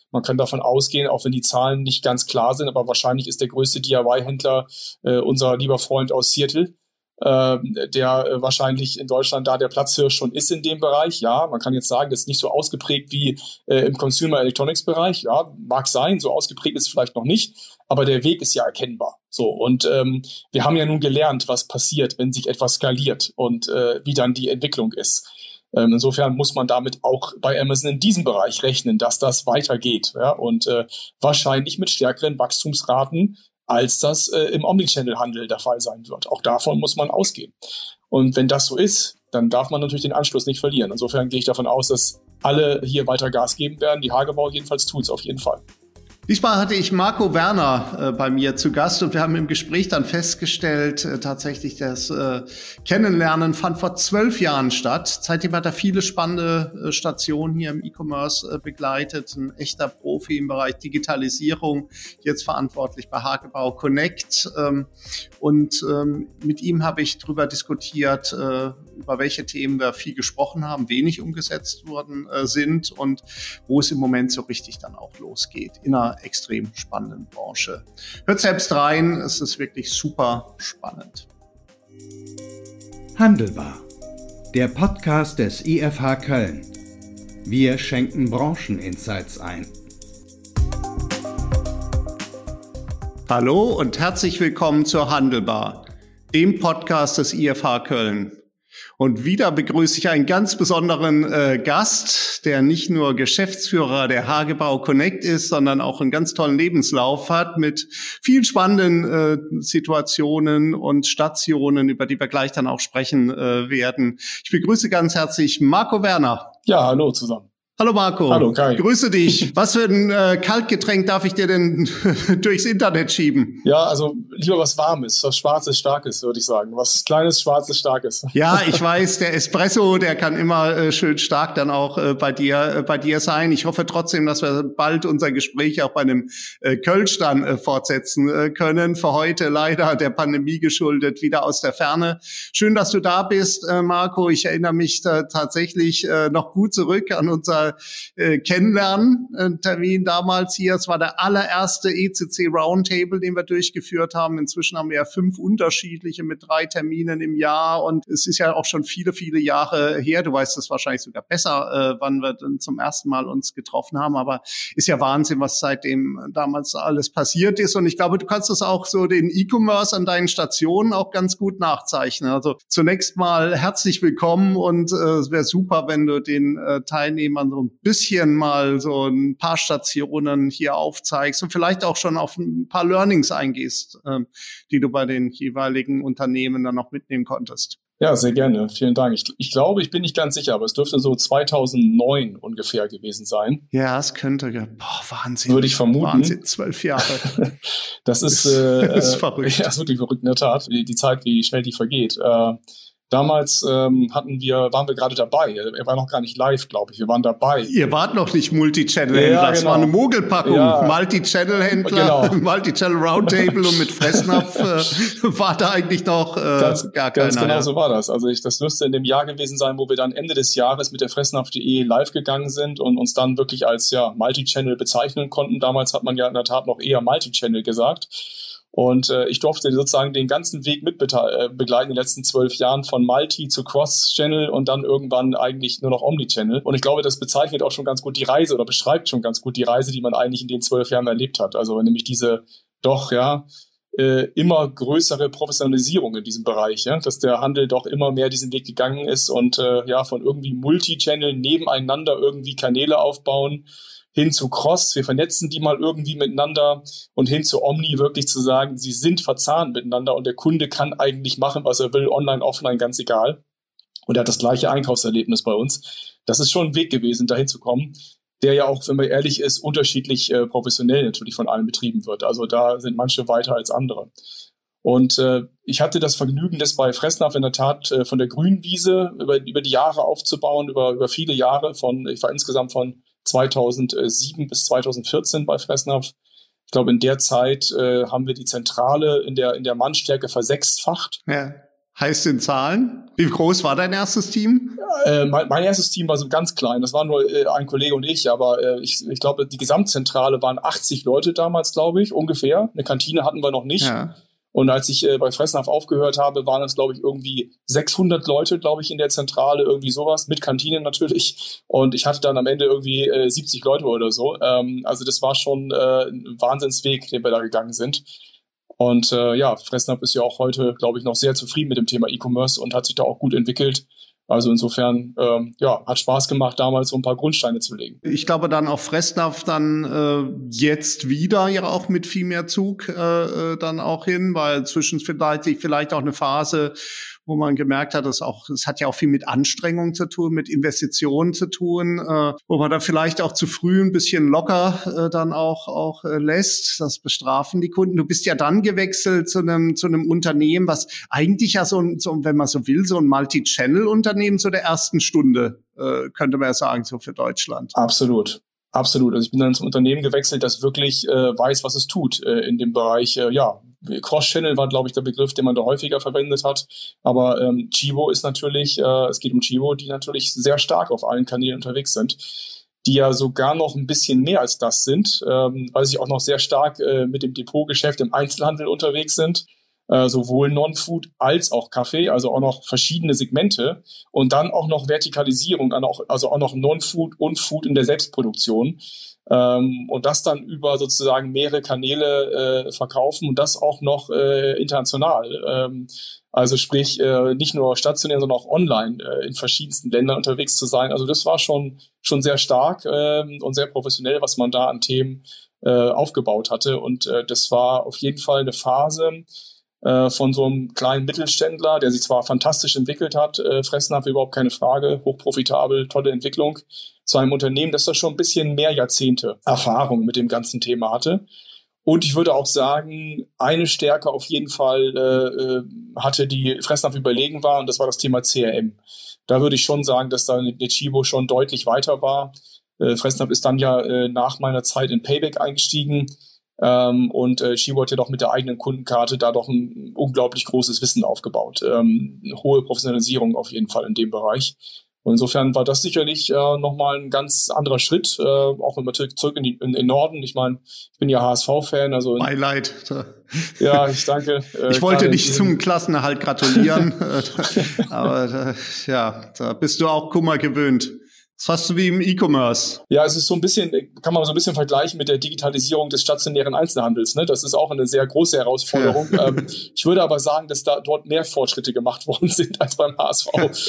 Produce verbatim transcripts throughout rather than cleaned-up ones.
Man kann davon ausgehen, auch wenn die Zahlen nicht ganz klar sind, aber wahrscheinlich ist der größte D I Y-Händler äh, unser lieber Freund aus Seattle, äh, der äh, wahrscheinlich in Deutschland da der Platzhirsch schon ist in dem Bereich. Ja, man kann jetzt sagen, das ist nicht so ausgeprägt wie äh, im Consumer Electronics Bereich. Ja, mag sein, so ausgeprägt ist es vielleicht noch nicht, aber der Weg ist ja erkennbar. So, und ähm, wir haben ja nun gelernt, was passiert, wenn sich etwas skaliert und äh, wie dann die Entwicklung ist. Ähm, insofern muss man damit auch bei Amazon in diesem Bereich rechnen, dass das weitergeht, ja, und äh, wahrscheinlich mit stärkeren Wachstumsraten, als das äh, im Omnichannel-Handel der Fall sein wird. Auch davon muss man ausgehen. Und wenn das so ist, dann darf man natürlich den Anschluss nicht verlieren. Insofern gehe ich davon aus, dass alle hier weiter Gas geben werden. Die Hagebau jedenfalls tut es auf jeden Fall. Diesmal hatte ich Marco Werner äh, bei mir zu Gast und wir haben im Gespräch dann festgestellt, äh, tatsächlich das äh, Kennenlernen fand vor zwölf Jahren statt. Seitdem hat er viele spannende äh, Stationen hier im E-Commerce äh, begleitet, ein echter Profi im Bereich Digitalisierung, jetzt verantwortlich bei Hagebau Connect. Ähm, und ähm, mit ihm habe ich darüber diskutiert, äh, über welche Themen wir viel gesprochen haben, wenig umgesetzt worden äh, sind und wo es im Moment so richtig dann auch losgeht in einer extrem spannenden Branche. Hört selbst rein, es ist wirklich super spannend. Handelbar, der Podcast des I F H Köln. Wir schenken Brancheninsights ein. Hallo und herzlich willkommen zur Handelbar, dem Podcast des I F H Köln. Und wieder begrüße ich einen ganz besonderen äh, Gast, der nicht nur Geschäftsführer der Hagebau Connect ist, sondern auch einen ganz tollen Lebenslauf hat mit vielen spannenden äh, Situationen und Stationen, über die wir gleich dann auch sprechen äh, werden. Ich begrüße ganz herzlich Marco Werner. Ja, hallo zusammen. Hallo Marco. Hallo Kai. Grüße dich. Was für ein äh, Kaltgetränk darf ich dir denn durchs Internet schieben? Ja, also lieber was Warmes, was Schwarzes, Starkes, würde ich sagen. Was Kleines, Schwarzes, Starkes. Ja, ich weiß, der Espresso, der kann immer äh, schön stark dann auch äh, bei dir äh, bei dir sein. Ich hoffe trotzdem, dass wir bald unser Gespräch auch bei einem äh, Kölsch dann äh, fortsetzen äh, können. Für heute leider der Pandemie geschuldet, wieder aus der Ferne. Schön, dass du da bist, äh, Marco. Ich erinnere mich da tatsächlich äh, noch gut zurück an unser Äh, Kennenlernen-Termin damals hier. Es war der allererste E C C Roundtable, den wir durchgeführt haben. Inzwischen haben wir ja fünf unterschiedliche mit drei Terminen im Jahr und es ist ja auch schon viele, viele Jahre her. Du weißt es wahrscheinlich sogar besser, äh, wann wir dann zum ersten Mal uns getroffen haben, aber ist ja Wahnsinn, was seitdem damals alles passiert ist und ich glaube, du kannst das auch so den E-Commerce an deinen Stationen auch ganz gut nachzeichnen. Also zunächst mal herzlich willkommen und äh, es wäre super, wenn du den äh, Teilnehmern so ein bisschen mal so ein paar Stationen hier aufzeigst und vielleicht auch schon auf ein paar Learnings eingehst, ähm, die du bei den jeweiligen Unternehmen dann noch mitnehmen konntest. Ja, sehr gerne. Vielen Dank. Ich, ich glaube, ich bin nicht ganz sicher, aber es dürfte so zweitausendneun ungefähr gewesen sein. Ja, es könnte. Boah, Wahnsinn. Würde ich vermuten. Wahnsinn, zwölf Jahre. Das ist, äh, das ist verrückt. Ja, das ist wirklich verrückt, in der Tat. Die, die Zeit, wie schnell die vergeht. Äh, Damals ähm, hatten wir, waren wir gerade dabei. Er war noch gar nicht live, glaube ich. Wir waren dabei. Ihr wart noch nicht Multichannel-Händler. Ja, genau. Das war eine Mogelpackung. Ja. Multichannel-Händler, genau. Multichannel-Roundtable und mit Fressnapf äh, war da eigentlich noch äh, ganz, gar keiner. Ganz genau ja. so war das. Also ich, das müsste in dem Jahr gewesen sein, wo wir dann Ende des Jahres mit der Fressnapf punkt de live gegangen sind und uns dann wirklich als ja Multichannel bezeichnen konnten. Damals hat man ja in der Tat noch eher Multichannel gesagt. Und äh, ich durfte sozusagen den ganzen Weg mit äh, begleiten in den letzten zwölf Jahren von Multi zu Cross-Channel und dann irgendwann eigentlich nur noch Omnichannel. Und ich glaube, das bezeichnet auch schon ganz gut die Reise oder beschreibt schon ganz gut die Reise, die man eigentlich in den zwölf Jahren erlebt hat. Also nämlich diese doch, ja, äh, immer größere Professionalisierung in diesem Bereich, ja, dass der Handel doch immer mehr diesen Weg gegangen ist und äh, ja, von irgendwie Multichannel nebeneinander irgendwie Kanäle aufbauen, hin zu Cross, wir vernetzen die mal irgendwie miteinander und hin zu Omni wirklich zu sagen, sie sind verzahnt miteinander und der Kunde kann eigentlich machen, was er will, online, offline, ganz egal. Und er hat das gleiche Einkaufserlebnis bei uns. Das ist schon ein Weg gewesen, dahin zu kommen, der ja auch, wenn man ehrlich ist, unterschiedlich äh, professionell natürlich von allen betrieben wird. Also da sind manche weiter als andere. Und äh, ich hatte das Vergnügen, das bei Fressnapf in der Tat äh, von der Grünwiese über, über die Jahre aufzubauen, über, über viele Jahre von, ich war insgesamt von zweitausendsieben bis zweitausendvierzehn bei Fressnapf. Ich glaube, in der Zeit äh, haben wir die Zentrale in der in der Mannstärke versechsfacht. Ja. Heißt in Zahlen? Wie groß war dein erstes Team? Äh, mein, mein erstes Team war so ganz klein. Das waren nur äh, ein Kollege und ich. Aber äh, ich, ich glaube, die Gesamtzentrale waren achtzig Leute damals, glaube ich, ungefähr. Eine Kantine hatten wir noch nicht. Ja. Und als ich äh, bei Fressnapf aufgehört habe, waren es, glaube ich, irgendwie sechshundert Leute, glaube ich, in der Zentrale, irgendwie sowas, mit Kantine natürlich. Und ich hatte dann am Ende irgendwie äh, siebzig Leute oder so. Ähm, also das war schon äh, ein Wahnsinnsweg, den wir da gegangen sind. Und äh, ja, Fressnapf ist ja auch heute, glaube ich, noch sehr zufrieden mit dem Thema E-Commerce und hat sich da auch gut entwickelt. Also insofern, ähm, ja, hat Spaß gemacht, damals so ein paar Grundsteine zu legen. Ich glaube dann auch Fressnapf dann äh, jetzt wieder ja auch mit viel mehr Zug äh, dann auch hin, weil zwischenzeitlich vielleicht auch eine Phase, wo man gemerkt hat, dass auch, es hat ja auch viel mit Anstrengung zu tun, mit Investitionen zu tun, äh, wo man da vielleicht auch zu früh ein bisschen locker äh, dann auch auch äh, lässt. Das bestrafen die Kunden. Du bist ja dann gewechselt zu einem zu einem Unternehmen, was eigentlich ja so, ein, so wenn man so will, so ein Multi-Channel-Unternehmen zu der ersten Stunde, äh, könnte man ja sagen, so für Deutschland. Absolut. Absolut. Also ich bin dann zum Unternehmen gewechselt, das wirklich äh, weiß, was es tut äh, in dem Bereich. Äh, ja, Cross-Channel war, glaube ich, der Begriff, den man da häufiger verwendet hat. Aber ähm, Tchibo ist natürlich, äh, es geht um Tchibo, die natürlich sehr stark auf allen Kanälen unterwegs sind, die ja sogar noch ein bisschen mehr als das sind, ähm, weil sie auch noch sehr stark äh, mit dem Depotgeschäft im Einzelhandel unterwegs sind. Äh, sowohl Non-Food als auch Kaffee, also auch noch verschiedene Segmente und dann auch noch Vertikalisierung, also auch noch Non-Food und Food in der Selbstproduktion ähm, und das dann über sozusagen mehrere Kanäle äh, verkaufen und das auch noch äh, international. Ähm, also sprich äh, nicht nur stationär, sondern auch online äh, in verschiedensten Ländern unterwegs zu sein. Also das war schon schon sehr stark äh, und sehr professionell, was man da an Themen äh, aufgebaut hatte und äh, das war auf jeden Fall eine Phase von so einem kleinen Mittelständler, der sich zwar fantastisch entwickelt hat, äh, Fressnapf überhaupt keine Frage, hochprofitabel, tolle Entwicklung, zu einem Unternehmen, das da schon ein bisschen mehr Jahrzehnte Erfahrung mit dem ganzen Thema hatte. Und ich würde auch sagen, eine Stärke auf jeden Fall äh, hatte, die Fressnapf überlegen war, und das war das Thema C R M. Da würde ich schon sagen, dass da eine Tchibo schon deutlich weiter war. Äh, Fressnapf ist dann ja äh, nach meiner Zeit in Payback eingestiegen. Ähm, und äh, Tchibo hat ja doch mit der eigenen Kundenkarte da doch ein unglaublich großes Wissen aufgebaut. Ähm, eine hohe Professionalisierung auf jeden Fall in dem Bereich. Und insofern war das sicherlich äh, nochmal ein ganz anderer Schritt, äh, auch wenn wir zurück in, die, in den Norden. Ich meine, ich bin ja H S V-Fan. Also Beileid. Ja, ich danke. Äh, ich wollte nicht zum Klassenerhalt gratulieren, aber äh, ja, da bist du auch Kummer gewöhnt. Das hast du wie im E-Commerce. Ja, es ist so ein bisschen, kann man so ein bisschen vergleichen mit der Digitalisierung des stationären Einzelhandels. Ne? Das ist auch eine sehr große Herausforderung. Ja. Ähm, ich würde aber sagen, dass da dort mehr Fortschritte gemacht worden sind als beim H S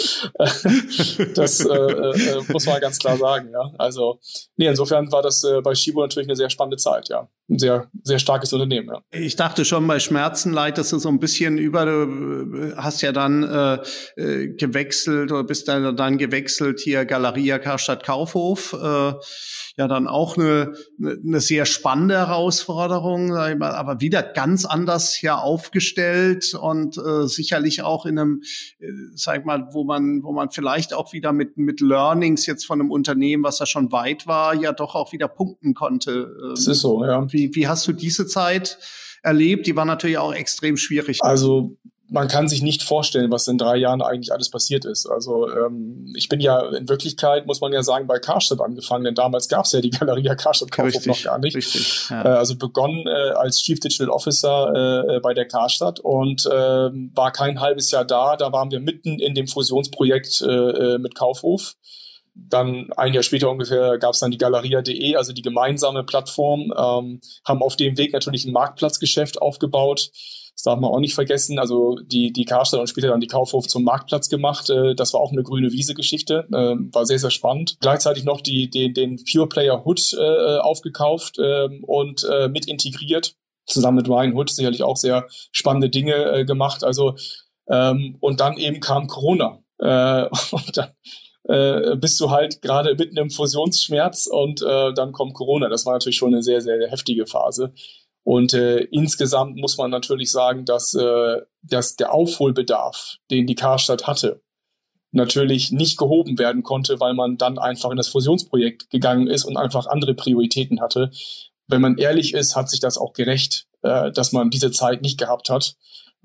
V. Das äh, äh, muss man ganz klar sagen. Ja, also nee, insofern war das äh, bei Tchibo natürlich eine sehr spannende Zeit. Ja, ein sehr sehr starkes Unternehmen. Ja. Ich dachte schon bei Schmerzen leitest du so ein bisschen über. Du hast ja dann äh, gewechselt oder bist dann dann gewechselt hier Galeria Karstadt Kaufhof, äh, ja dann auch eine, eine sehr spannende Herausforderung, sag ich mal, aber wieder ganz anders ja aufgestellt und äh, sicherlich auch in einem, äh, sag ich mal, wo man, wo man vielleicht auch wieder mit mit Learnings jetzt von einem Unternehmen, was da schon weit war, ja doch auch wieder punkten konnte. Das ist so, ja. Wie wie hast du diese Zeit erlebt? Die war natürlich auch extrem schwierig. Also man kann sich nicht vorstellen, was in drei Jahren eigentlich alles passiert ist. Also ähm, ich bin ja in Wirklichkeit, muss man ja sagen, bei Karstadt angefangen, denn damals gab es ja die Galeria Karstadt Kaufhof noch gar nicht. Richtig, ja. äh, also begonnen äh, als Chief Digital Officer äh, bei der Karstadt und äh, war kein halbes Jahr da. Da waren wir mitten in dem Fusionsprojekt äh, mit Kaufhof. Dann ein Jahr später ungefähr gab es dann die Galeria punkt de, also die gemeinsame Plattform, ähm, haben auf dem Weg natürlich ein Marktplatzgeschäft aufgebaut. Das darf man auch nicht vergessen. Also die die Karstadt und später dann die Kaufhof zum Marktplatz gemacht. Äh, das war auch eine grüne Wiese-Geschichte. Äh, war sehr, sehr spannend. Gleichzeitig noch die, den, den Pure Player Hood äh, aufgekauft äh, und äh, mit integriert. Zusammen mit Ryan Hood sicherlich auch sehr spannende Dinge äh, gemacht. Also ähm, und dann eben kam Corona. Äh, und dann äh, bist du halt gerade mitten im Fusionsschmerz und äh, dann kommt Corona. Das war natürlich schon eine sehr, sehr heftige Phase. Und äh, insgesamt muss man natürlich sagen, dass, äh, dass der Aufholbedarf, den die Karstadt hatte, natürlich nicht gehoben werden konnte, weil man dann einfach in das Fusionsprojekt gegangen ist und einfach andere Prioritäten hatte. Wenn man ehrlich ist, hat sich das auch gerecht, äh, dass man diese Zeit nicht gehabt hat.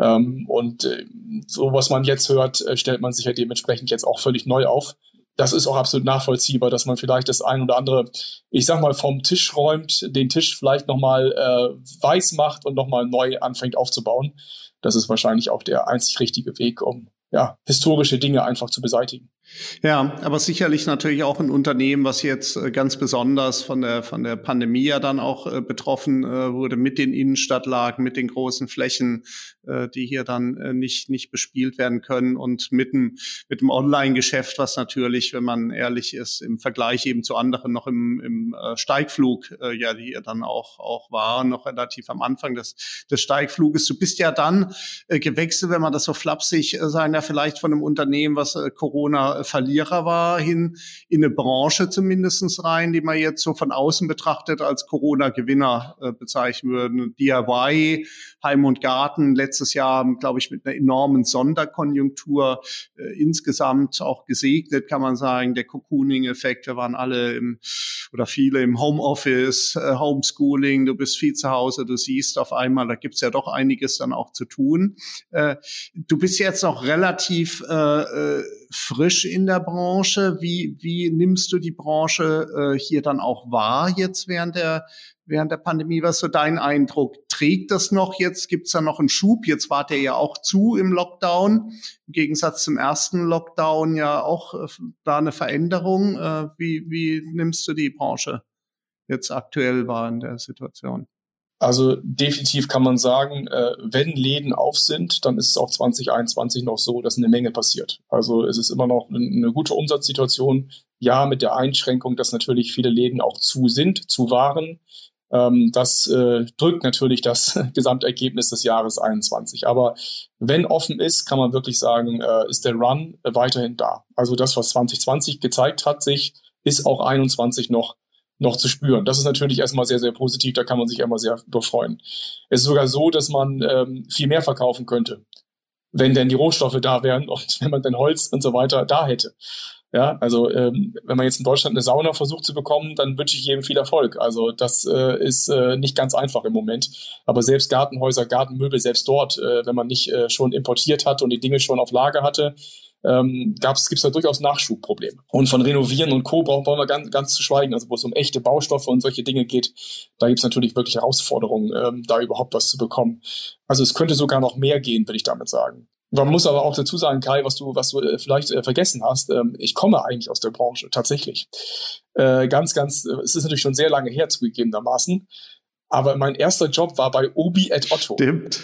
Ähm, und äh, so, was man jetzt hört, äh, stellt man sich ja dementsprechend jetzt auch völlig neu auf. Das ist auch absolut nachvollziehbar, dass man vielleicht das ein oder andere, ich sag mal, vom Tisch räumt, den Tisch vielleicht nochmal äh, weiß macht und nochmal neu anfängt aufzubauen. Das ist wahrscheinlich auch der einzig richtige Weg, um ja, historische Dinge einfach zu beseitigen. Ja, aber sicherlich natürlich auch ein Unternehmen, was jetzt ganz besonders von der von der Pandemie ja dann auch äh, betroffen äh, wurde mit den Innenstadtlagen, mit den großen Flächen, äh, die hier dann äh, nicht nicht bespielt werden können und mit dem mit dem Online-Geschäft, was natürlich, wenn man ehrlich ist, im Vergleich eben zu anderen noch im im äh, Steigflug äh, ja die dann auch auch war, noch relativ am Anfang des des Steigfluges. Du bist ja dann äh, gewechselt, wenn man das so flapsig äh, sagen darf, vielleicht von einem Unternehmen, was äh, Corona Verlierer war, hin in eine Branche zumindest rein, die man jetzt so von außen betrachtet als Corona-Gewinner äh, bezeichnen würden. D I Y, Heim und Garten, letztes Jahr, glaube ich, mit einer enormen Sonderkonjunktur äh, insgesamt auch gesegnet, kann man sagen. Der Cocooning-Effekt, wir waren alle im, oder viele im Homeoffice, äh, Homeschooling, du bist viel zu Hause, du siehst auf einmal, da gibt's ja doch einiges dann auch zu tun. Äh, du bist jetzt noch relativ äh, äh, frisch in der Branche. Wie, wie nimmst du die Branche äh, hier dann auch wahr jetzt während der, während der Pandemie? Was ist so dein Eindruck? Trägt das noch jetzt? Gibt's da noch einen Schub? Jetzt wart ihr ja auch zu im Lockdown. Im Gegensatz zum ersten Lockdown ja auch äh, da eine Veränderung. Äh, wie, wie nimmst du die Branche jetzt aktuell wahr in der Situation? Also definitiv kann man sagen, äh, wenn Läden auf sind, dann ist es auch zwanzig einundzwanzig noch so, dass eine Menge passiert. Also es ist immer noch eine gute Umsatzsituation. Ja, mit der Einschränkung, dass natürlich viele Läden auch zu sind, zu waren. Ähm, das äh, drückt natürlich das Gesamtergebnis des Jahres einundzwanzig. Aber wenn offen ist, kann man wirklich sagen, äh, ist der Run äh, weiterhin da. Also das, was zwanzig zwanzig gezeigt hat, sich ist auch einundzwanzig noch noch zu spüren. Das ist natürlich erstmal sehr, sehr positiv, da kann man sich immer sehr freuen. Es ist sogar so, dass man ähm, viel mehr verkaufen könnte, wenn denn die Rohstoffe da wären und wenn man denn Holz und so weiter da hätte. Ja, also ähm, wenn man jetzt in Deutschland eine Sauna versucht zu bekommen, dann wünsche ich jedem viel Erfolg. Also das äh, ist äh, nicht ganz einfach im Moment. Aber selbst Gartenhäuser, Gartenmöbel, selbst dort, äh, wenn man nicht äh, schon importiert hat und die Dinge schon auf Lager hatte, ähm, gab's, gibt's da durchaus Nachschubprobleme. Und von Renovieren und Co. brauchen wir ganz, ganz zu schweigen. Also wo es um echte Baustoffe und solche Dinge geht, da gibt's natürlich wirklich Herausforderungen, ähm, da überhaupt was zu bekommen. Also es könnte sogar noch mehr gehen, will ich damit sagen. Man muss aber auch dazu sagen, Kai, was du, was du äh, vielleicht äh, vergessen hast, ähm, ich komme eigentlich aus der Branche, tatsächlich. Äh, ganz, ganz, äh, es ist natürlich schon sehr lange her zugegebenermaßen, aber mein erster Job war bei Obi et Otto. Stimmt.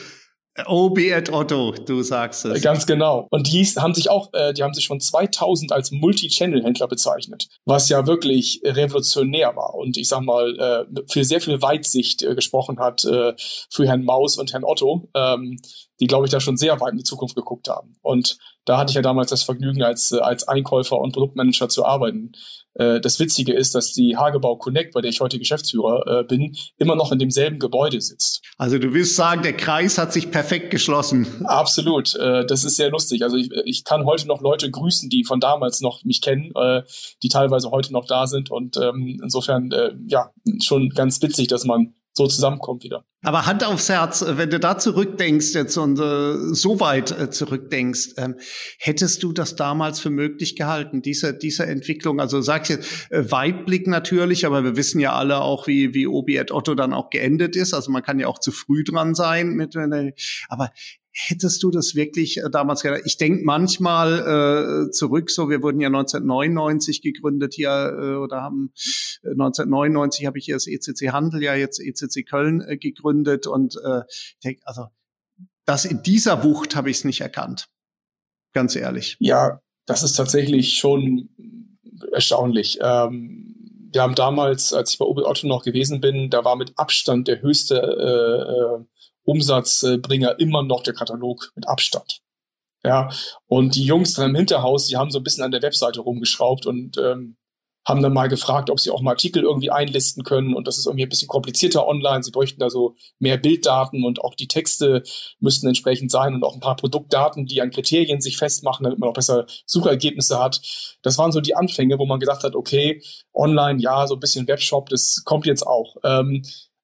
Obi et Otto, du sagst es. Ganz genau. Und die haben sich auch, äh, die haben sich schon zweitausend als Multi-Channel-Händler bezeichnet, was ja wirklich revolutionär war und ich sag mal, äh, für sehr viel Weitsicht äh, gesprochen hat äh, für Herrn Maus und Herrn Otto, ähm, die, glaube ich, da schon sehr weit in die Zukunft geguckt haben. Und da hatte ich ja damals das Vergnügen, als, als Einkäufer und Produktmanager zu arbeiten. Äh, das Witzige ist, dass die Hagebau Connect, bei der ich heute Geschäftsführer äh, bin, immer noch in demselben Gebäude sitzt. Also du willst sagen, der Kreis hat sich perfekt geschlossen. Absolut. Äh, das ist sehr lustig. Also ich, ich kann heute noch Leute grüßen, die von damals noch mich kennen, äh, die teilweise heute noch da sind. Und ähm, insofern, äh, ja, schon ganz witzig, dass man so zusammenkommt wieder. Aber Hand aufs Herz, wenn du da zurückdenkst jetzt und äh, so weit äh, zurückdenkst, ähm, hättest du das damals für möglich gehalten, diese diese Entwicklung? Also sagst jetzt äh, Weitblick natürlich, aber wir wissen ja alle auch, wie wie Obi et Otto dann auch geendet ist. Also man kann ja auch zu früh dran sein mit, äh, aber hättest du das wirklich äh, damals gedacht? Ich denke manchmal äh, zurück, so wir wurden ja neunzehnhundertneunundneunzig gegründet hier äh, oder haben äh, neunzehnhundertneunundneunzig habe ich hier das E C C Handel ja jetzt E C C Köln äh, gegründet und äh, ich denk, also das in dieser Wucht habe ich es nicht erkannt, ganz ehrlich. Ja, das ist tatsächlich schon erstaunlich. Ähm, wir haben damals, als ich bei Obi Otto noch gewesen bin, da war mit Abstand der höchste äh, äh, Umsatzbringer immer noch der Katalog mit Abstand. Ja, und die Jungs dann im Hinterhaus, die haben so ein bisschen an der Webseite rumgeschraubt und ähm, haben dann mal gefragt, ob sie auch mal Artikel irgendwie einlisten können und das ist irgendwie ein bisschen komplizierter online. Sie bräuchten da so mehr Bilddaten und auch die Texte müssten entsprechend sein und auch ein paar Produktdaten, die an Kriterien sich festmachen, damit man auch besser Suchergebnisse hat. Das waren so die Anfänge, wo man gedacht hat, okay, online, ja, so ein bisschen Webshop, das kommt jetzt auch. Ähm,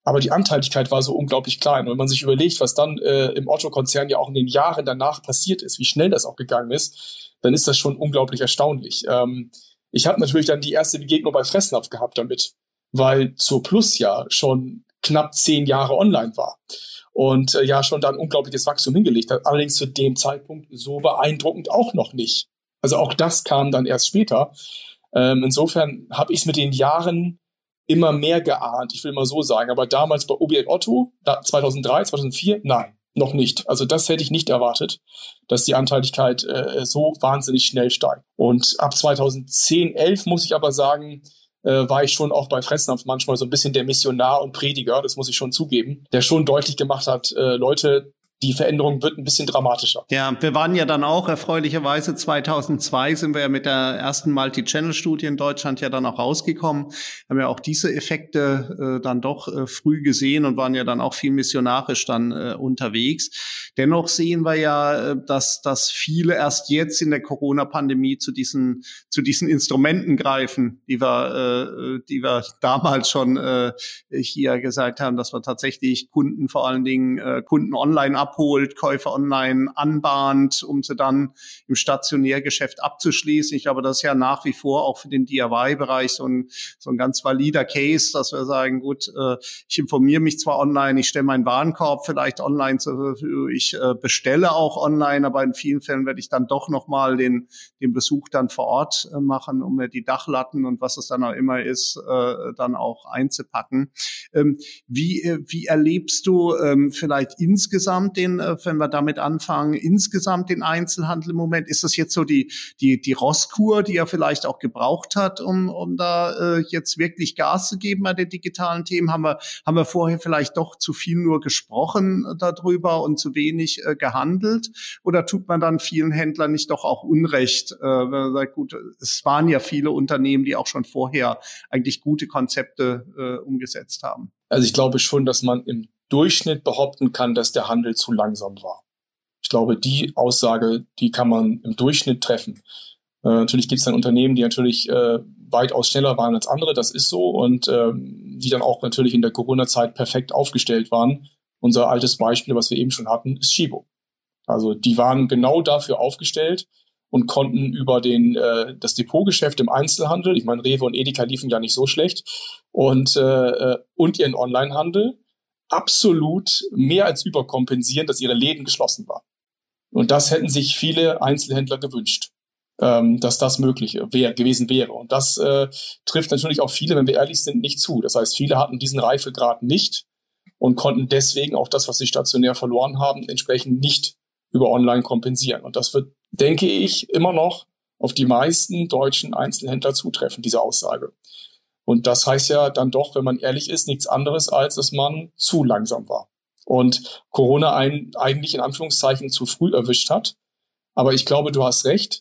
Aber die Anteiligkeit war so unglaublich klein. Und wenn man sich überlegt, was dann äh, im Otto-Konzern ja auch in den Jahren danach passiert ist, wie schnell das auch gegangen ist, dann ist das schon unglaublich erstaunlich. Ähm, ich habe natürlich dann die erste Begegnung bei Fressnapf gehabt damit, weil zur Plus ja schon knapp zehn Jahre online war und äh, ja schon dann unglaubliches Wachstum hingelegt hat. Allerdings zu dem Zeitpunkt so beeindruckend auch noch nicht. Also auch das kam dann erst später. Ähm, insofern habe ich es mit den Jahren immer mehr geahnt, ich will mal so sagen. Aber damals bei O B Otto, zweitausenddrei, zweitausendvier, nein, noch nicht. Also das hätte ich nicht erwartet, dass die Anteiligkeit äh, so wahnsinnig schnell steigt. Und ab zweitausendzehn, elf muss ich aber sagen, äh, war ich schon auch bei Fressnapf manchmal so ein bisschen der Missionar und Prediger, das muss ich schon zugeben, der schon deutlich gemacht hat, äh, Leute, die Veränderung wird ein bisschen dramatischer. Ja, wir waren ja dann auch erfreulicherweise zweitausendzwei sind wir ja mit der ersten Multi-Channel-Studie in Deutschland ja dann auch rausgekommen. Haben ja auch diese Effekte äh, dann doch äh, früh gesehen und waren ja dann auch viel missionarisch dann äh, unterwegs. Dennoch sehen wir ja, äh, dass dass viele erst jetzt in der Corona-Pandemie zu diesen zu diesen Instrumenten greifen, die wir äh, die wir damals schon äh, hier gesagt haben, dass wir tatsächlich Kunden vor allen Dingen äh, Kunden online abholt, Käufe online anbahnt, um sie dann im Stationärgeschäft abzuschließen. Ich glaube, das ist ja nach wie vor auch für den D I Y-Bereich so ein, so ein ganz valider Case, dass wir sagen, gut, äh, ich informiere mich zwar online, ich stelle meinen Warenkorb vielleicht online zur Verfügung, ich äh, bestelle auch online, aber in vielen Fällen werde ich dann doch nochmal den, den Besuch dann vor Ort äh, machen, um mir die Dachlatten und was es dann auch immer ist, äh, dann auch einzupacken. Ähm, wie, äh, wie erlebst du ähm, vielleicht insgesamt den, wenn wir damit anfangen, insgesamt den Einzelhandel im Moment? Ist das jetzt so die die die Rosskur, die er vielleicht auch gebraucht hat, um um da äh, jetzt wirklich Gas zu geben bei den digitalen Themen? Haben wir haben wir vorher vielleicht doch zu viel nur gesprochen äh, darüber und zu wenig äh, gehandelt? Oder tut man dann vielen Händlern nicht doch auch Unrecht? Äh, wenn man sagt, gut, es waren ja viele Unternehmen, die auch schon vorher eigentlich gute Konzepte äh, umgesetzt haben. Also ich glaube schon, dass man im Durchschnitt behaupten kann, dass der Handel zu langsam war. Ich glaube, die Aussage, die kann man im Durchschnitt treffen. Äh, natürlich gibt es dann Unternehmen, die natürlich äh, weitaus schneller waren als andere, das ist so, und ähm, die dann auch natürlich in der Corona-Zeit perfekt aufgestellt waren. Unser altes Beispiel, was wir eben schon hatten, ist Tchibo. Also die waren genau dafür aufgestellt und konnten über den äh, das Depotgeschäft im Einzelhandel, ich meine, Rewe und Edeka liefen ja nicht so schlecht, und, äh, und ihren Onlinehandel absolut mehr als überkompensieren, dass ihre Läden geschlossen waren. Und das hätten sich viele Einzelhändler gewünscht, ähm, dass das möglich wär, gewesen wäre. Und das äh, trifft natürlich auch viele, wenn wir ehrlich sind, nicht zu. Das heißt, viele hatten diesen Reifegrad nicht und konnten deswegen auch das, was sie stationär verloren haben, entsprechend nicht über Online kompensieren. Und das wird, denke ich, immer noch auf die meisten deutschen Einzelhändler zutreffen, diese Aussage. Und das heißt ja dann doch, wenn man ehrlich ist, nichts anderes, als dass man zu langsam war. Und Corona einen eigentlich in Anführungszeichen zu früh erwischt hat. Aber ich glaube, du hast recht.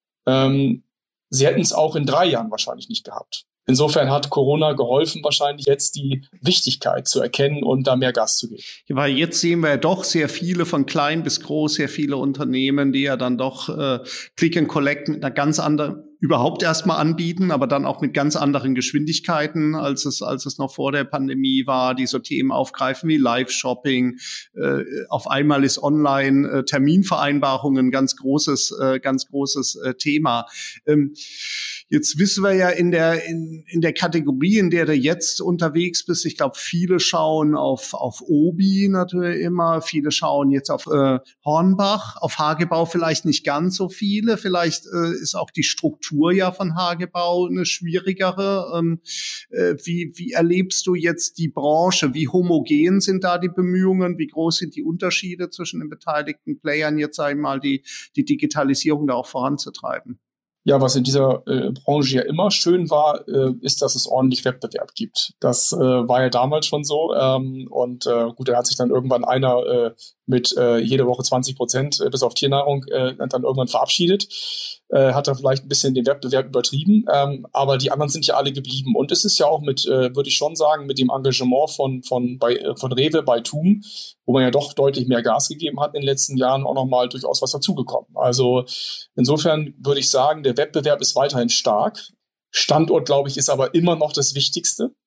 Ähm, sie hätten es auch in drei Jahren wahrscheinlich nicht gehabt. Insofern hat Corona geholfen, wahrscheinlich jetzt die Wichtigkeit zu erkennen und da mehr Gas zu geben. Weil jetzt sehen wir ja doch sehr viele, von klein bis groß, sehr viele Unternehmen, die ja dann doch äh, Click and Collect mit einer ganz anderen überhaupt erstmal anbieten, aber dann auch mit ganz anderen Geschwindigkeiten, als es als es noch vor der Pandemie war, die so Themen aufgreifen wie Live-Shopping. Äh, auf einmal ist Online-Terminvereinbarungen ein ganz großes, äh, ganz großes äh, Thema. Ähm, jetzt wissen wir ja in der in in der Kategorie, in der du jetzt unterwegs bist, ich glaube, viele schauen auf auf Obi natürlich immer, viele schauen jetzt auf äh, Hornbach, auf Hagebau vielleicht nicht ganz so viele, vielleicht äh, ist auch die Struktur ja von Hagebau eine schwierigere. Ähm, äh, wie, wie erlebst du jetzt die Branche? Wie homogen sind da die Bemühungen? Wie groß sind die Unterschiede zwischen den beteiligten Playern, jetzt sag ich mal, die, die Digitalisierung da auch voranzutreiben? Ja, was in dieser äh, Branche ja immer schön war, äh, ist, dass es ordentlich Wettbewerb gibt. Das äh, war ja damals schon so. Ähm, und äh, gut, da hat sich dann irgendwann einer äh, mit äh, jede Woche zwanzig Prozent äh, bis auf Tiernahrung äh, dann irgendwann verabschiedet. Äh, hat da vielleicht ein bisschen den Wettbewerb übertrieben. Ähm, aber die anderen sind ja alle geblieben. Und es ist ja auch mit, äh, würde ich schon sagen, mit dem Engagement von von bei äh, von Rewe bei TUM, wo man ja doch deutlich mehr Gas gegeben hat in den letzten Jahren, auch nochmal durchaus was dazugekommen. Also insofern würde ich sagen, der Wettbewerb ist weiterhin stark. Standort, glaube ich, ist aber immer noch das Wichtigste.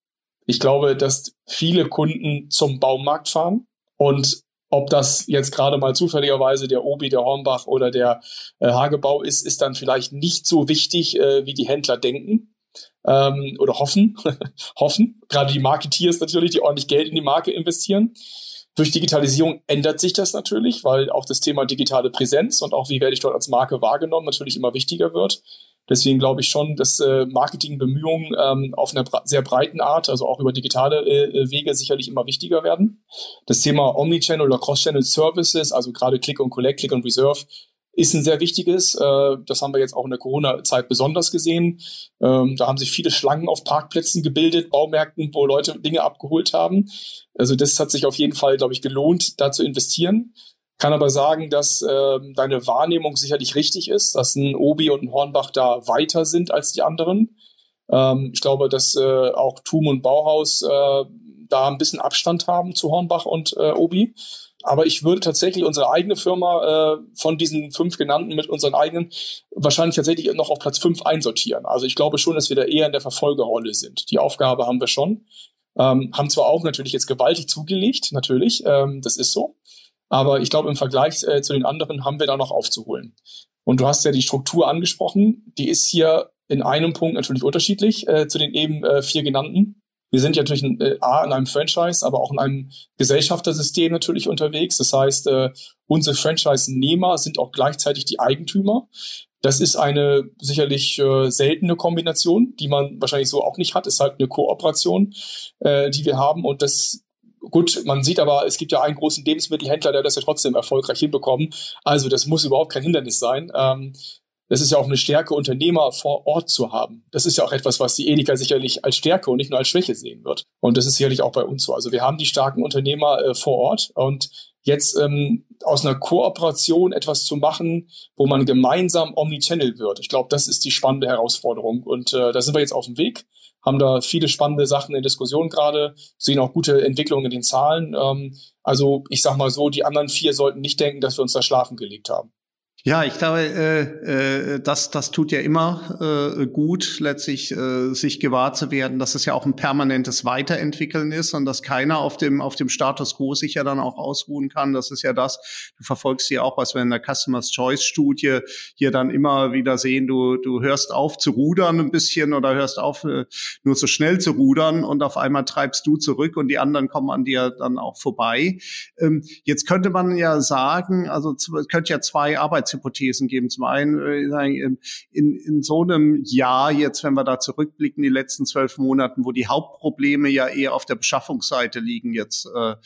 Ich glaube, dass viele Kunden zum Baumarkt fahren und ob das jetzt gerade mal zufälligerweise der Obi, der Hornbach oder der äh, Hagebau ist, ist dann vielleicht nicht so wichtig, äh, wie die Händler denken ähm, oder hoffen. hoffen. Gerade die Marketeers natürlich, die ordentlich Geld in die Marke investieren. Durch Digitalisierung ändert sich das natürlich, weil auch das Thema digitale Präsenz und auch wie werde ich dort als Marke wahrgenommen natürlich immer wichtiger wird. Deswegen glaube ich schon, dass äh, Marketingbemühungen ähm, auf einer bre- sehr breiten Art, also auch über digitale äh, Wege sicherlich immer wichtiger werden. Das Thema Omnichannel oder Cross-Channel Services, also gerade Click und Collect, Click und Reserve, ist ein sehr wichtiges. Äh, das haben wir jetzt auch in der Corona-Zeit besonders gesehen. Ähm, da haben sich viele Schlangen auf Parkplätzen gebildet, Baumärkten, wo Leute Dinge abgeholt haben. Also das hat sich auf jeden Fall, glaube ich, gelohnt, da zu investieren. Kann aber sagen, dass ähm, deine Wahrnehmung sicherlich richtig ist, dass ein Obi und ein Hornbach da weiter sind als die anderen. Ähm, ich glaube, dass äh, auch Thum und Bauhaus äh, da ein bisschen Abstand haben zu Hornbach und äh, Obi. Aber ich würde tatsächlich unsere eigene Firma äh, von diesen fünf genannten mit unseren eigenen wahrscheinlich tatsächlich noch auf Platz fünf einsortieren. Also ich glaube schon, dass wir da eher in der Verfolgerrolle sind. Die Aufgabe haben wir schon. Ähm, haben zwar auch natürlich jetzt gewaltig zugelegt, natürlich, ähm, das ist so. Aber ich glaube, im Vergleich äh, zu den anderen haben wir da noch aufzuholen. Und du hast ja die Struktur angesprochen. Die ist hier in einem Punkt natürlich unterschiedlich äh, zu den eben äh, vier genannten. Wir sind ja natürlich in, äh, A, in einem Franchise, aber auch in einem Gesellschaftersystem natürlich unterwegs. Das heißt, äh, unsere Franchise-Nehmer sind auch gleichzeitig die Eigentümer. Das ist eine sicherlich äh, seltene Kombination, die man wahrscheinlich so auch nicht hat. Es ist halt eine Kooperation, äh, die wir haben. Und das Gut, man sieht aber, es gibt ja einen großen Lebensmittelhändler, der das ja trotzdem erfolgreich hinbekommen. Also das muss überhaupt kein Hindernis sein. Ähm, das ist ja auch eine Stärke, Unternehmer vor Ort zu haben. Das ist ja auch etwas, was die Edeka sicherlich als Stärke und nicht nur als Schwäche sehen wird. Und das ist sicherlich auch bei uns so. Also wir haben die starken Unternehmer äh, vor Ort. Und jetzt ähm, aus einer Kooperation etwas zu machen, wo man gemeinsam Omnichannel wird. Ich glaube, das ist die spannende Herausforderung. Und äh, da sind wir jetzt auf dem Weg. Haben da viele spannende Sachen in Diskussion gerade, sehen auch gute Entwicklungen in den Zahlen. Ähm, also ich sag mal so, die anderen vier sollten nicht denken, dass wir uns da schlafen gelegt haben. Ja, ich glaube, äh, äh, das, das tut ja immer äh, gut, letztlich äh, sich gewahr zu werden, dass es ja auch ein permanentes Weiterentwickeln ist und dass keiner auf dem auf dem Status quo sich ja dann auch ausruhen kann. Das ist ja das, du verfolgst ja auch, was wir in der Customer's Choice Studie hier dann immer wieder sehen. Du du hörst auf zu rudern ein bisschen oder hörst auf äh, nur so schnell zu rudern und auf einmal treibst du zurück und die anderen kommen an dir dann auch vorbei. Ähm, jetzt könnte man ja sagen, also es könnte ja zwei Arbeits Hypothesen geben. Zum einen in, in so einem Jahr jetzt, wenn wir da zurückblicken, die letzten zwölf Monaten, wo die Hauptprobleme ja eher auf der Beschaffungsseite liegen jetzt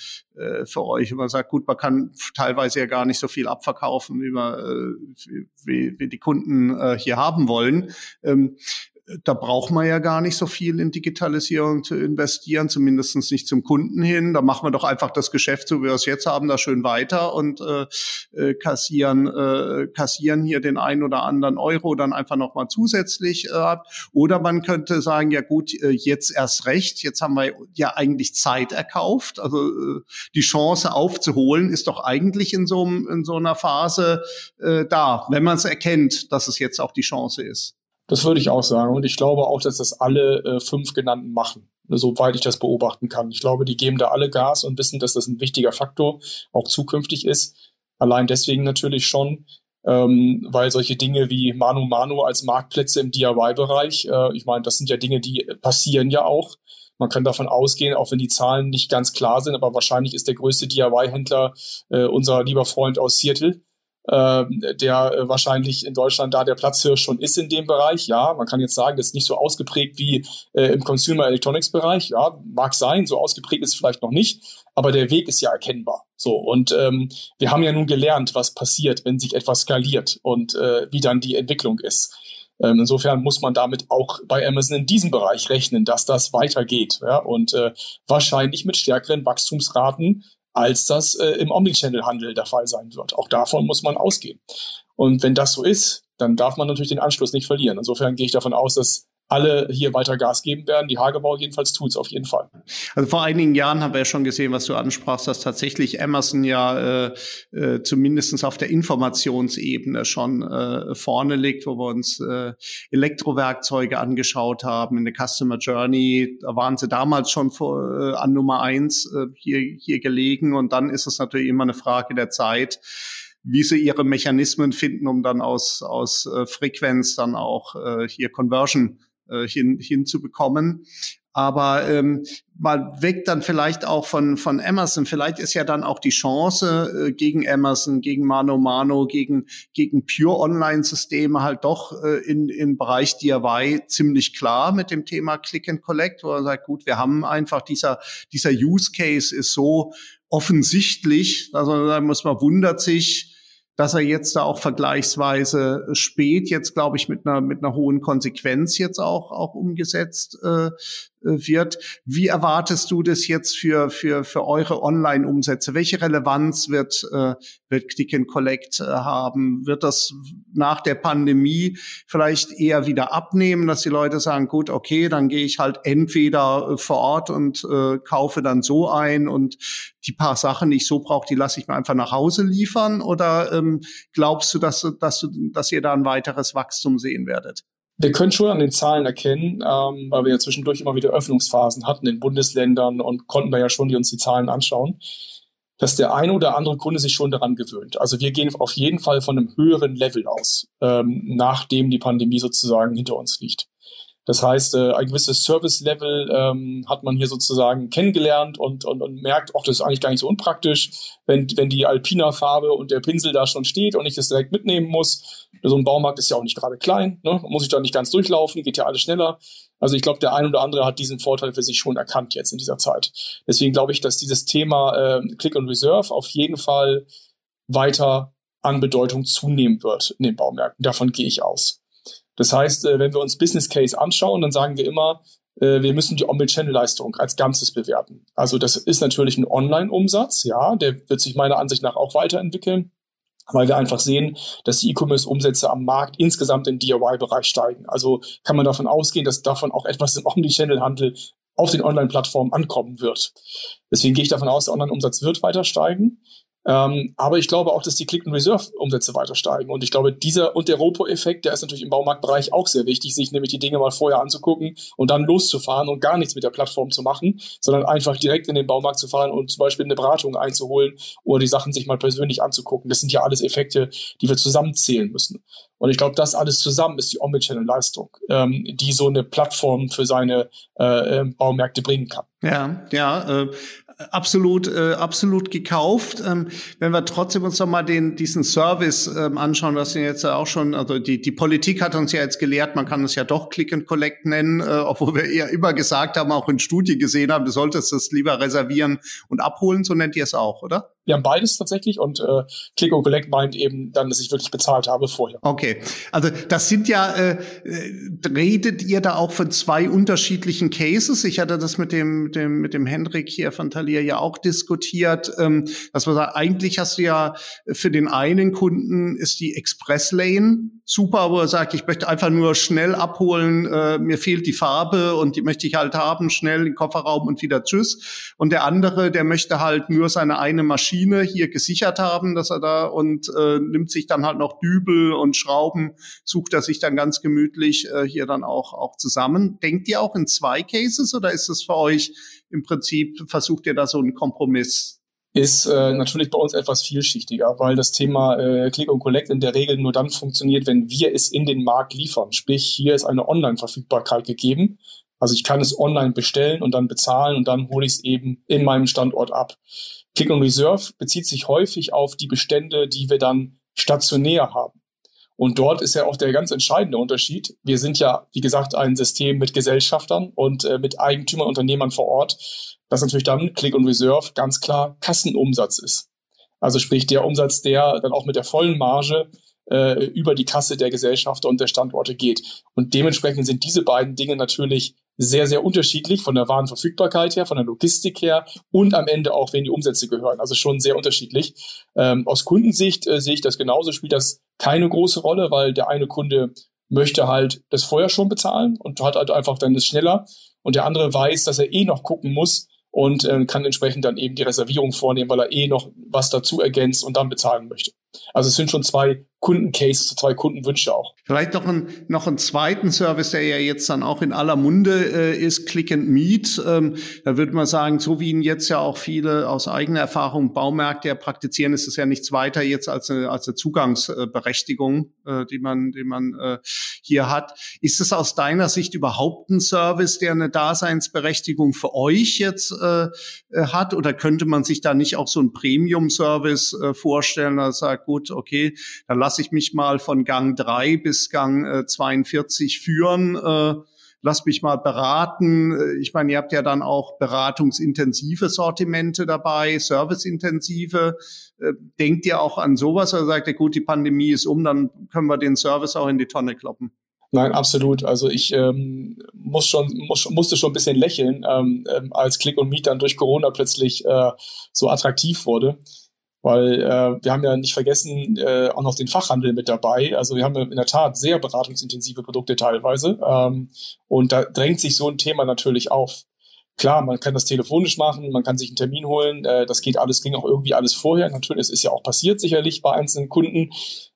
äh, für euch. Und man sagt, gut, man kann teilweise ja gar nicht so viel abverkaufen, wie, man, äh, wie, wie die Kunden äh, hier haben wollen. Ähm, Da braucht man ja gar nicht so viel in Digitalisierung zu investieren, zumindest nicht zum Kunden hin. Da machen wir doch einfach das Geschäft, so wie wir es jetzt haben, da schön weiter und äh, kassieren äh, kassieren hier den einen oder anderen Euro dann einfach nochmal zusätzlich ab. Äh, oder man könnte sagen, ja gut, äh, jetzt erst recht, jetzt haben wir ja eigentlich Zeit erkauft. Also äh, die Chance aufzuholen ist doch eigentlich in so, in so einer Phase äh, da, wenn man es erkennt, dass es jetzt auch die Chance ist. Das würde ich auch sagen. Und ich glaube auch, dass das alle äh, fünf genannten machen, soweit ich das beobachten kann. Ich glaube, die geben da alle Gas und wissen, dass das ein wichtiger Faktor auch zukünftig ist. Allein deswegen natürlich schon, ähm, weil solche Dinge wie Manu Manu als Marktplätze im D I Y-Bereich, äh, ich meine, das sind ja Dinge, die passieren ja auch. Man kann davon ausgehen, auch wenn die Zahlen nicht ganz klar sind, aber wahrscheinlich ist der größte D I Y-Händler äh, unser lieber Freund aus Seattle, äh, der äh, wahrscheinlich in Deutschland da der Platzhirsch schon ist in dem Bereich. Ja, man kann jetzt sagen, das ist nicht so ausgeprägt wie äh, im Consumer Electronics Bereich. Ja, mag sein, so ausgeprägt ist es vielleicht noch nicht, aber der Weg ist ja erkennbar. So, und ähm, wir haben ja nun gelernt, was passiert, wenn sich etwas skaliert und äh, wie dann die Entwicklung ist. Ähm, insofern muss man damit auch bei Amazon in diesem Bereich rechnen, dass das weitergeht, ja, und äh, wahrscheinlich mit stärkeren Wachstumsraten, als das äh, im Omnichannel-Handel der Fall sein wird. Auch davon muss man ausgehen. Und wenn das so ist, dann darf man natürlich den Anschluss nicht verlieren. Insofern gehe ich davon aus, dass alle hier weiter Gas geben werden. Die Hagebau jedenfalls tut es auf jeden Fall. Also vor einigen Jahren haben wir ja schon gesehen, was du ansprachst, dass tatsächlich Amazon ja äh, äh, zumindest auf der Informationsebene schon äh, vorne liegt, wo wir uns äh, Elektrowerkzeuge angeschaut haben in der Customer Journey. Da waren sie damals schon vor, äh, an Nummer eins äh, hier, hier gelegen. Und dann ist es natürlich immer eine Frage der Zeit, wie sie ihre Mechanismen finden, um dann aus, aus äh, Frequenz dann auch äh, hier Conversion hin hinzubekommen. Aber ähm, mal weg dann vielleicht auch von von Amazon. Vielleicht ist ja dann auch die Chance äh, gegen Amazon, gegen Mano Mano, gegen gegen Pure Online-Systeme halt doch äh, in im Bereich D I Y ziemlich klar mit dem Thema Click and Collect, wo man sagt, gut, wir haben einfach dieser dieser Use Case ist so offensichtlich, also da muss man wundert sich, dass er jetzt da auch vergleichsweise spät jetzt, glaube ich, mit einer mit einer hohen Konsequenz jetzt auch auch umgesetzt äh, wird. Wie erwartest du das jetzt für für für eure Online-Umsätze? Welche Relevanz wird äh, wird Click and Collect äh, haben? Wird das nach der Pandemie vielleicht eher wieder abnehmen, dass die Leute sagen, gut, okay, dann gehe ich halt entweder äh, vor Ort und äh, kaufe dann so ein und die paar Sachen, die ich so brauche, die lasse ich mir einfach nach Hause liefern? Oder ähm, glaubst du, dass, dass, du, dass ihr da ein weiteres Wachstum sehen werdet? Wir können schon an den Zahlen erkennen, ähm, weil wir ja zwischendurch immer wieder Öffnungsphasen hatten in Bundesländern und konnten da ja schon die uns die Zahlen anschauen, dass der eine oder andere Kunde sich schon daran gewöhnt. Also wir gehen auf jeden Fall von einem höheren Level aus, ähm, nachdem die Pandemie sozusagen hinter uns liegt. Das heißt, äh, ein gewisses Service-Level ähm, hat man hier sozusagen kennengelernt und, und, und merkt, ach, das ist eigentlich gar nicht so unpraktisch, wenn, wenn die Alpina-Farbe und der Pinsel da schon steht und ich das direkt mitnehmen muss. So ein Baumarkt ist ja auch nicht gerade klein, ne? Muss ich da nicht ganz durchlaufen, geht ja alles schneller. Also ich glaube, der ein oder andere hat diesen Vorteil für sich schon erkannt jetzt in dieser Zeit. Deswegen glaube ich, dass dieses Thema äh, Click and Reserve auf jeden Fall weiter an Bedeutung zunehmen wird in den Baumärkten. Davon gehe ich aus. Das heißt, wenn wir uns Business Case anschauen, dann sagen wir immer, wir müssen die Omnichannel-Leistung als Ganzes bewerten. Also das ist natürlich ein Online-Umsatz, ja, der wird sich meiner Ansicht nach auch weiterentwickeln, weil wir einfach sehen, dass die E-Commerce-Umsätze am Markt insgesamt im D I Y-Bereich steigen. Also kann man davon ausgehen, dass davon auch etwas im Omnichannel-Handel auf den Online-Plattformen ankommen wird. Deswegen gehe ich davon aus, der Online-Umsatz wird weiter steigen. Ähm, aber ich glaube auch, dass die Click-and-Reserve-Umsätze weiter steigen. Und ich glaube, dieser und der Ropo-Effekt, der ist natürlich im Baumarktbereich auch sehr wichtig, sich nämlich die Dinge mal vorher anzugucken und dann loszufahren und gar nichts mit der Plattform zu machen, sondern einfach direkt in den Baumarkt zu fahren und zum Beispiel eine Beratung einzuholen oder die Sachen sich mal persönlich anzugucken. Das sind ja alles Effekte, die wir zusammenzählen müssen. Und ich glaube, das alles zusammen ist die Omnichannel-Leistung, ähm, die so eine Plattform für seine äh, Baumärkte bringen kann. Ja, ja, äh, absolut, äh, absolut gekauft. Ähm, wenn wir trotzdem uns noch mal den diesen Service ähm, anschauen, was wir jetzt ja auch schon, also die die Politik hat uns ja jetzt gelehrt, man kann es ja doch Click and Collect nennen, äh, obwohl wir eher immer gesagt haben, auch in Studien gesehen haben, du solltest es lieber reservieren und abholen. So nennt ihr es auch, oder? Wir haben beides tatsächlich und äh, Click and Collect meint eben dann, dass ich wirklich bezahlt habe vorher. Okay, also das sind ja, äh, redet ihr da auch von zwei unterschiedlichen Cases? Ich hatte das mit dem, dem mit dem Henrik hier von Thalia ja auch diskutiert, ähm, dass man sagt, eigentlich hast du ja für den einen Kunden ist die Express Lane super, wo er sagt, ich möchte einfach nur schnell abholen, äh, mir fehlt die Farbe und die möchte ich halt haben, schnell in den Kofferraum und wieder tschüss. Und der andere, der möchte halt nur seine eine Maschine hier gesichert haben, dass er da und äh, nimmt sich dann halt noch Dübel und Schrauben, sucht er sich dann ganz gemütlich äh, hier dann auch auch zusammen. Denkt ihr auch in zwei Cases oder ist es für euch im Prinzip, versucht ihr da so einen Kompromiss? Ist äh, natürlich bei uns etwas vielschichtiger, weil das Thema äh, Click and Collect in der Regel nur dann funktioniert, wenn wir es in den Markt liefern. Sprich, hier ist eine Online-Verfügbarkeit gegeben. Also ich kann es online bestellen und dann bezahlen und dann hole ich es eben in meinem Standort ab. Click and Reserve bezieht sich häufig auf die Bestände, die wir dann stationär haben. Und dort ist ja auch der ganz entscheidende Unterschied. Wir sind ja, wie gesagt, ein System mit Gesellschaftern und äh, mit Eigentümern, Unternehmern vor Ort, das natürlich dann Click and Reserve ganz klar Kassenumsatz ist. Also sprich der Umsatz, der dann auch mit der vollen Marge äh, über die Kasse der Gesellschafter und der Standorte geht. Und dementsprechend sind diese beiden Dinge natürlich sehr, sehr unterschiedlich von der Warenverfügbarkeit her, von der Logistik her und am Ende auch, wenn die Umsätze gehören. Also schon sehr unterschiedlich. Ähm, aus Kundensicht äh, sehe ich das genauso, spielt das keine große Rolle, weil der eine Kunde möchte halt das vorher schon bezahlen und hat halt einfach dann das schneller. Und der andere weiß, dass er eh noch gucken muss und äh, kann entsprechend dann eben die Reservierung vornehmen, weil er eh noch was dazu ergänzt und dann bezahlen möchte. Also es sind schon zwei Kundencases, zwei Kundenwünsche auch. Vielleicht noch, ein, noch einen zweiten Service, der ja jetzt dann auch in aller Munde äh, ist, Click and Meet. Ähm, da würde man sagen, so wie ihn jetzt ja auch viele aus eigener Erfahrung Baumärkte ja praktizieren, ist es ja nichts weiter jetzt als eine, als eine Zugangsberechtigung, äh, die man, die man äh, hier hat. Ist es aus deiner Sicht überhaupt ein Service, der eine Daseinsberechtigung für euch jetzt äh, hat? Oder könnte man sich da nicht auch so einen Premium-Service äh, vorstellen, dass sagt, gut, okay, dann lasse ich mich mal von Gang drei bis Gang äh, zweiundvierzig führen, äh, lass mich mal beraten. Ich meine, ihr habt ja dann auch beratungsintensive Sortimente dabei, serviceintensive. Äh, denkt ihr auch an sowas oder sagt ihr, gut, die Pandemie ist um, dann können wir den Service auch in die Tonne kloppen? Nein, absolut. Also ich ähm, muss schon, muss, musste schon ein bisschen lächeln, ähm, ähm, als Click und Meet dann durch Corona plötzlich äh, so attraktiv wurde. Weil äh, wir haben ja nicht vergessen, äh, auch noch den Fachhandel mit dabei. Also wir haben ja in der Tat sehr beratungsintensive Produkte teilweise. Ähm, und da drängt sich so ein Thema natürlich auf. Klar, man kann das telefonisch machen, man kann sich einen Termin holen. Äh, das geht alles, ging auch irgendwie alles vorher. Natürlich, es ist ja auch passiert sicherlich bei einzelnen Kunden.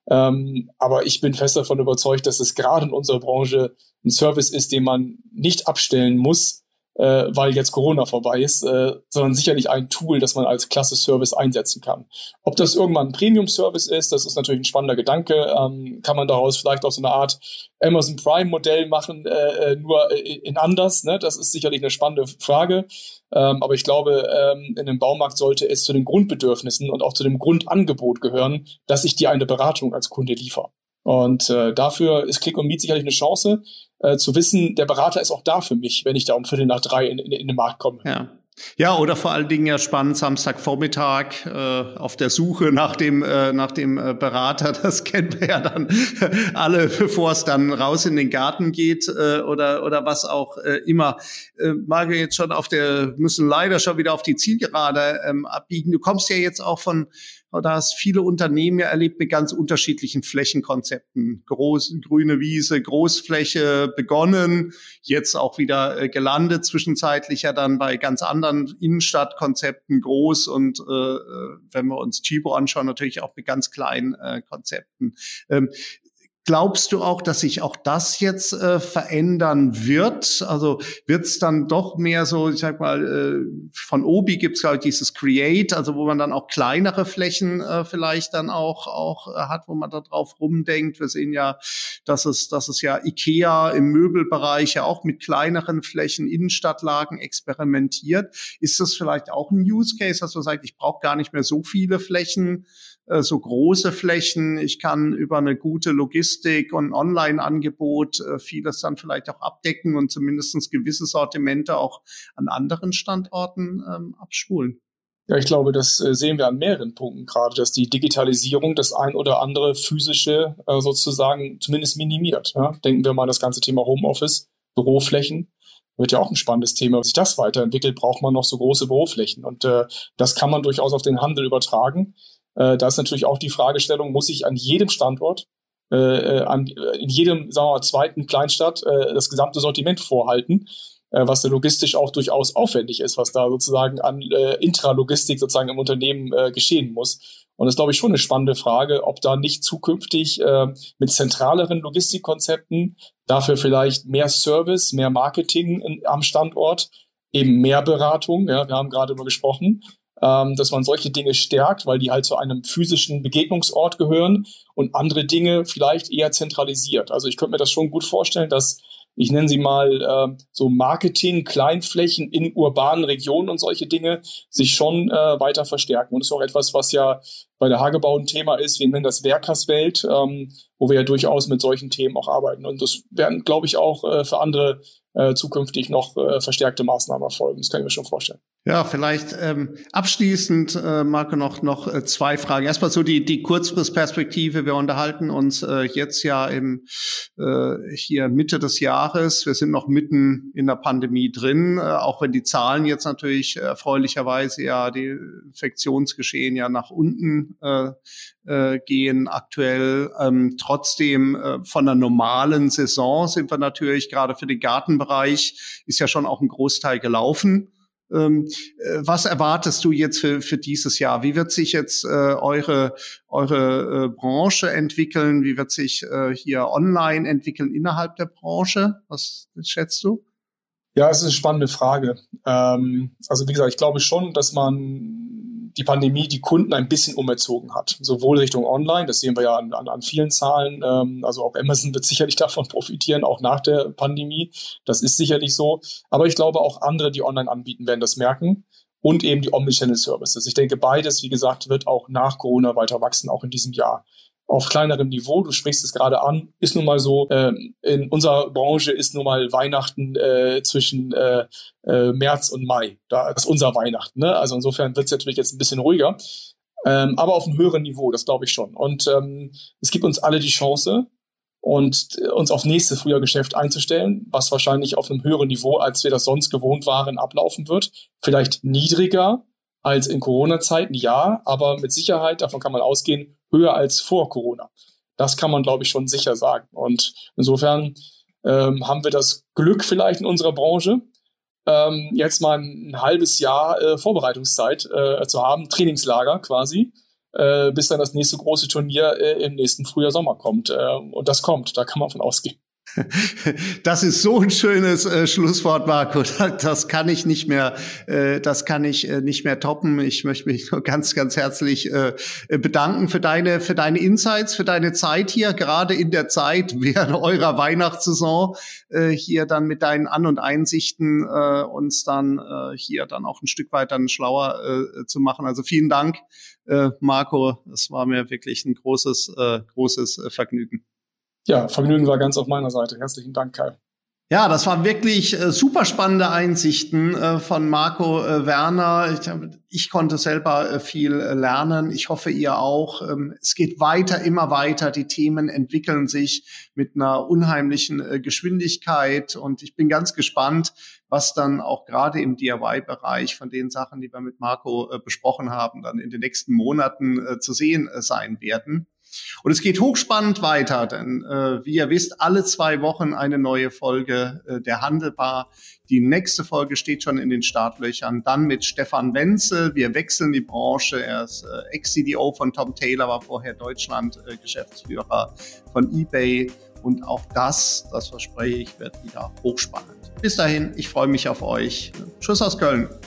Ähm, aber ich bin fest davon überzeugt, dass es gerade in unserer Branche ein Service ist, den man nicht abstellen muss, Äh, weil jetzt Corona vorbei ist, äh, sondern sicherlich ein Tool, das man als klasse Service einsetzen kann. Ob das irgendwann ein Premium-Service ist, das ist natürlich ein spannender Gedanke. Ähm, kann man daraus vielleicht auch so eine Art Amazon Prime-Modell machen, äh, nur in anders. Ne? Das ist sicherlich eine spannende Frage. Ähm, aber ich glaube, ähm, in einem Baumarkt sollte es zu den Grundbedürfnissen und auch zu dem Grundangebot gehören, dass ich dir eine Beratung als Kunde liefere. Und äh, dafür ist Click und Meet sicherlich eine Chance, äh, zu wissen, der Berater ist auch da für mich, wenn ich da um Viertel nach drei in, in, in den Markt komme. Ja. Ja, oder vor allen Dingen ja spannend, Samstagvormittag äh, auf der Suche nach dem äh, nach dem äh, Berater. Das kennen wir ja dann alle, bevor es dann raus in den Garten geht äh, oder oder was auch äh, immer. Äh, Marco, jetzt schon auf der, müssen leider schon wieder auf die Zielgerade ähm, abbiegen. Du kommst ja jetzt auch von, da hast viele Unternehmen ja erlebt mit ganz unterschiedlichen Flächenkonzepten. Groß, grüne Wiese, Großfläche begonnen, jetzt auch wieder äh, gelandet, zwischenzeitlich ja dann bei ganz anderen Innenstadtkonzepten groß und äh, wenn wir uns Tchibo anschauen, natürlich auch mit ganz kleinen äh, Konzepten. Ähm, Glaubst du auch, dass sich auch das jetzt äh, verändern wird? Also wird es dann doch mehr so, ich sag mal, äh, von Obi gibt es, glaube ich, dieses Create, also wo man dann auch kleinere Flächen äh, vielleicht dann auch auch äh, hat, wo man da drauf rumdenkt. Wir sehen ja, dass es, dass es ja IKEA im Möbelbereich ja auch mit kleineren Flächen, Innenstadtlagen experimentiert. Ist das vielleicht auch ein Use Case, dass man sagt, ich brauche gar nicht mehr so viele Flächen, so große Flächen, ich kann über eine gute Logistik und Online-Angebot äh, vieles dann vielleicht auch abdecken und zumindest gewisse Sortimente auch an anderen Standorten ähm, abspulen. Ja, ich glaube, das äh, sehen wir an mehreren Punkten gerade, dass die Digitalisierung das ein oder andere physische äh, sozusagen zumindest minimiert. Ja? Denken wir mal an das ganze Thema Homeoffice, Büroflächen. Wird ja auch ein spannendes Thema. Wenn sich das weiterentwickelt, braucht man noch so große Büroflächen. Und äh, das kann man durchaus auf den Handel übertragen. Äh, da ist natürlich auch die Fragestellung, muss ich an jedem Standort, äh, an, in jedem, sagen wir mal, zweiten Kleinstadt äh, das gesamte Sortiment vorhalten, äh, was da logistisch auch durchaus aufwendig ist, was da sozusagen an äh, Intralogistik sozusagen im Unternehmen äh, geschehen muss. Und das ist, glaube ich, schon eine spannende Frage, ob da nicht zukünftig äh, mit zentraleren Logistikkonzepten dafür vielleicht mehr Service, mehr Marketing in, am Standort, eben mehr Beratung, ja, wir haben gerade darüber gesprochen, ähm, dass man solche Dinge stärkt, weil die halt zu einem physischen Begegnungsort gehören und andere Dinge vielleicht eher zentralisiert. Also ich könnte mir das schon gut vorstellen, dass, ich nenne sie mal äh, so Marketing, Kleinflächen in urbanen Regionen und solche Dinge sich schon äh, weiter verstärken. Und das ist auch etwas, was ja bei der Hagebau ein Thema ist. Wir nennen das Werkerswelt, ähm, wo wir ja durchaus mit solchen Themen auch arbeiten. Und das werden, glaube ich, auch äh, für andere äh, zukünftig noch äh, verstärkte Maßnahmen erfolgen. Das kann ich mir schon vorstellen. Ja, vielleicht ähm, abschließend, äh, Marco, noch noch äh, zwei Fragen. Erstmal so die die Kurzfristperspektive. Wir unterhalten uns äh, jetzt ja im äh, hier Mitte des Jahres. Wir sind noch mitten in der Pandemie drin, äh, auch wenn die Zahlen jetzt natürlich erfreulicherweise ja die Infektionsgeschehen ja nach unten äh, äh, gehen aktuell. Ähm, trotzdem äh, von der normalen Saison sind wir natürlich gerade für den Gartenbereich ist ja schon auch ein Großteil gelaufen. Ähm, was erwartest du jetzt für, für dieses Jahr? Wie wird sich jetzt äh, eure eure äh, Branche entwickeln? Wie wird sich äh, hier online entwickeln innerhalb der Branche? Was schätzt du? Ja, es ist eine spannende Frage. Ähm, also wie gesagt, ich glaube schon, dass man die Pandemie die Kunden ein bisschen umerzogen hat. Sowohl Richtung Online, das sehen wir ja an, an, an vielen Zahlen. Ähm, also auch Amazon wird sicherlich davon profitieren, auch nach der Pandemie. Das ist sicherlich so. Aber ich glaube auch andere, die online anbieten, werden das merken. Und eben die Omnichannel-Services. Ich denke, beides, wie gesagt, wird auch nach Corona weiter wachsen, auch in diesem Jahr. Auf kleinerem Niveau, du sprichst es gerade an, ist nun mal so, äh, in unserer Branche ist nun mal Weihnachten äh, zwischen äh, äh, März und Mai. Da ist unser Weihnachten, ne? Also insofern wird es natürlich jetzt ein bisschen ruhiger, ähm, aber auf einem höheren Niveau, das glaube ich schon. Und ähm, es gibt uns alle die Chance, und äh, uns auf nächste Frühjahrgeschäft einzustellen, was wahrscheinlich auf einem höheren Niveau, als wir das sonst gewohnt waren, ablaufen wird. Vielleicht niedriger als in Corona-Zeiten, ja, aber mit Sicherheit, davon kann man ausgehen, höher als vor Corona. Das kann man, glaube ich, schon sicher sagen. Und insofern ähm, haben wir das Glück vielleicht in unserer Branche, ähm, jetzt mal ein, ein halbes Jahr äh, Vorbereitungszeit äh, zu haben, Trainingslager quasi, äh, bis dann das nächste große Turnier äh, im nächsten Frühjahr, Sommer kommt. Äh, und das kommt, da kann man von ausgehen. Das ist so ein schönes äh, Schlusswort, Marco. Das kann ich nicht mehr, äh, das kann ich äh, nicht mehr toppen. Ich möchte mich nur ganz, ganz herzlich äh, bedanken für deine, für deine Insights, für deine Zeit hier, gerade in der Zeit während eurer Weihnachtssaison, äh, hier dann mit deinen An- und Einsichten äh, uns dann äh, hier dann auch ein Stück weit dann schlauer äh, zu machen. Also vielen Dank, äh, Marco. Das war mir wirklich ein großes, äh, großes äh, Vergnügen. Ja, Vergnügen war ganz auf meiner Seite. Herzlichen Dank, Kai. Ja, das waren wirklich äh, super spannende Einsichten äh, von Marco äh, Werner. Ich, ich konnte selber äh, viel äh, lernen. Ich hoffe, ihr auch. Ähm, es geht weiter, immer weiter. Die Themen entwickeln sich mit einer unheimlichen äh, Geschwindigkeit. Und ich bin ganz gespannt, was dann auch gerade im D I Y-Bereich von den Sachen, die wir mit Marco äh, besprochen haben, dann in den nächsten Monaten äh, zu sehen äh, sein werden. Und es geht hochspannend weiter, denn äh, wie ihr wisst, alle zwei Wochen eine neue Folge äh, der Handelbar. Die nächste Folge steht schon in den Startlöchern, dann mit Stefan Wenzel. Wir wechseln die Branche. Er ist äh, Ex-C D O von Tom Taylor, war vorher Deutschland-Geschäftsführer äh, von eBay. Und auch das, das verspreche ich, wird wieder hochspannend. Bis dahin, ich freue mich auf euch. Tschüss aus Köln.